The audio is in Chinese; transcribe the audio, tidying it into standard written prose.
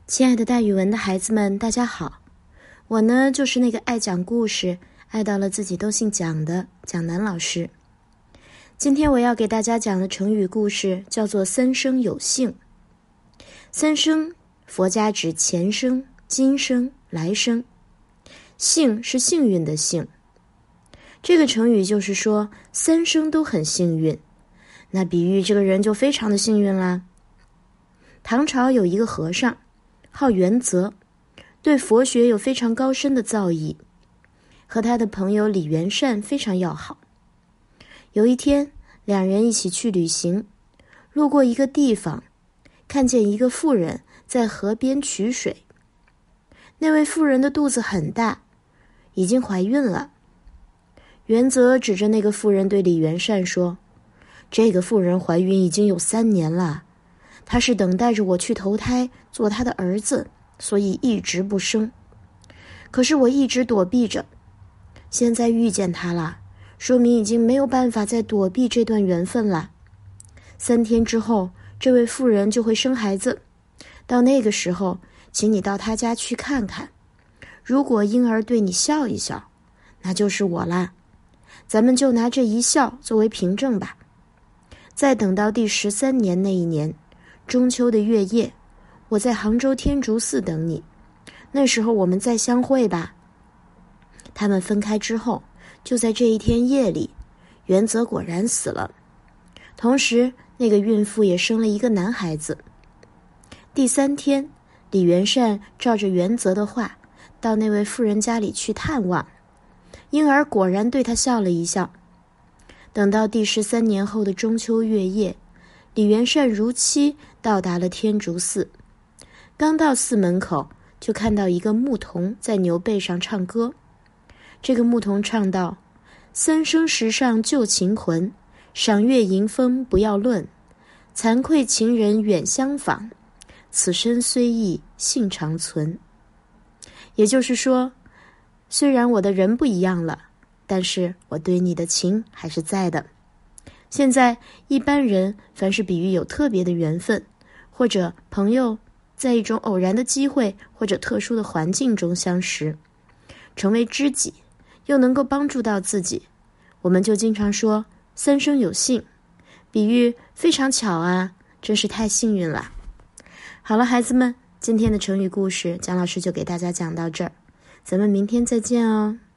亲爱的大语文的孩子们，大家好。我呢，就是那个爱讲故事、爱到了自己都姓蒋的蒋楠老师。今天我要给大家讲的成语故事叫做三生有幸。三生，佛家指前生、今生、来生。幸是幸运的幸。这个成语就是说三生都很幸运，那比喻这个人就非常的幸运啦。唐朝有一个和尚号元泽，对佛学有非常高深的造诣，和他的朋友李元善非常要好。有一天，两人一起去旅行，路过一个地方，看见一个妇人在河边取水。那位妇人的肚子很大，已经怀孕了。元泽指着那个妇人对李元善说：“这个妇人怀孕已经有3年了，她是等待着我去投胎做她的儿子，所以一直不生。可是我一直躲避着，现在遇见她了，说明已经没有办法再躲避这段缘分了。3天之后，这位妇人就会生孩子，到那个时候，请你到她家去看看。如果婴儿对你笑一笑，那就是我啦。咱们就拿这一笑作为凭证吧。再等到第13年那一年，中秋的月夜，我在杭州天竺寺等你，那时候我们再相会吧。”他们分开之后，就在这一天夜里，元泽果然死了，同时那个孕妇也生了一个男孩子。第3天，李元善照着元泽的话，到那位妇人家里去探望，婴儿果然对他笑了一笑。等到第13年后的中秋月夜，李元善如期到达了天竺寺。刚到寺门口，就看到一个牧童在牛背上唱歌。这个牧童唱道：“三生石上旧情魂，赏月迎风不要论。惭愧情人远相访，此身虽异性长存。”也就是说，虽然我的人不一样了，但是我对你的情还是在的。现在一般人凡是比喻有特别的缘分，或者朋友在一种偶然的机会或者特殊的环境中相识，成为知己，又能够帮助到自己，我们就经常说三生有幸，比喻非常巧啊，真是太幸运了。好了，孩子们，今天的成语故事蒋老师就给大家讲到这儿，咱们明天再见哦。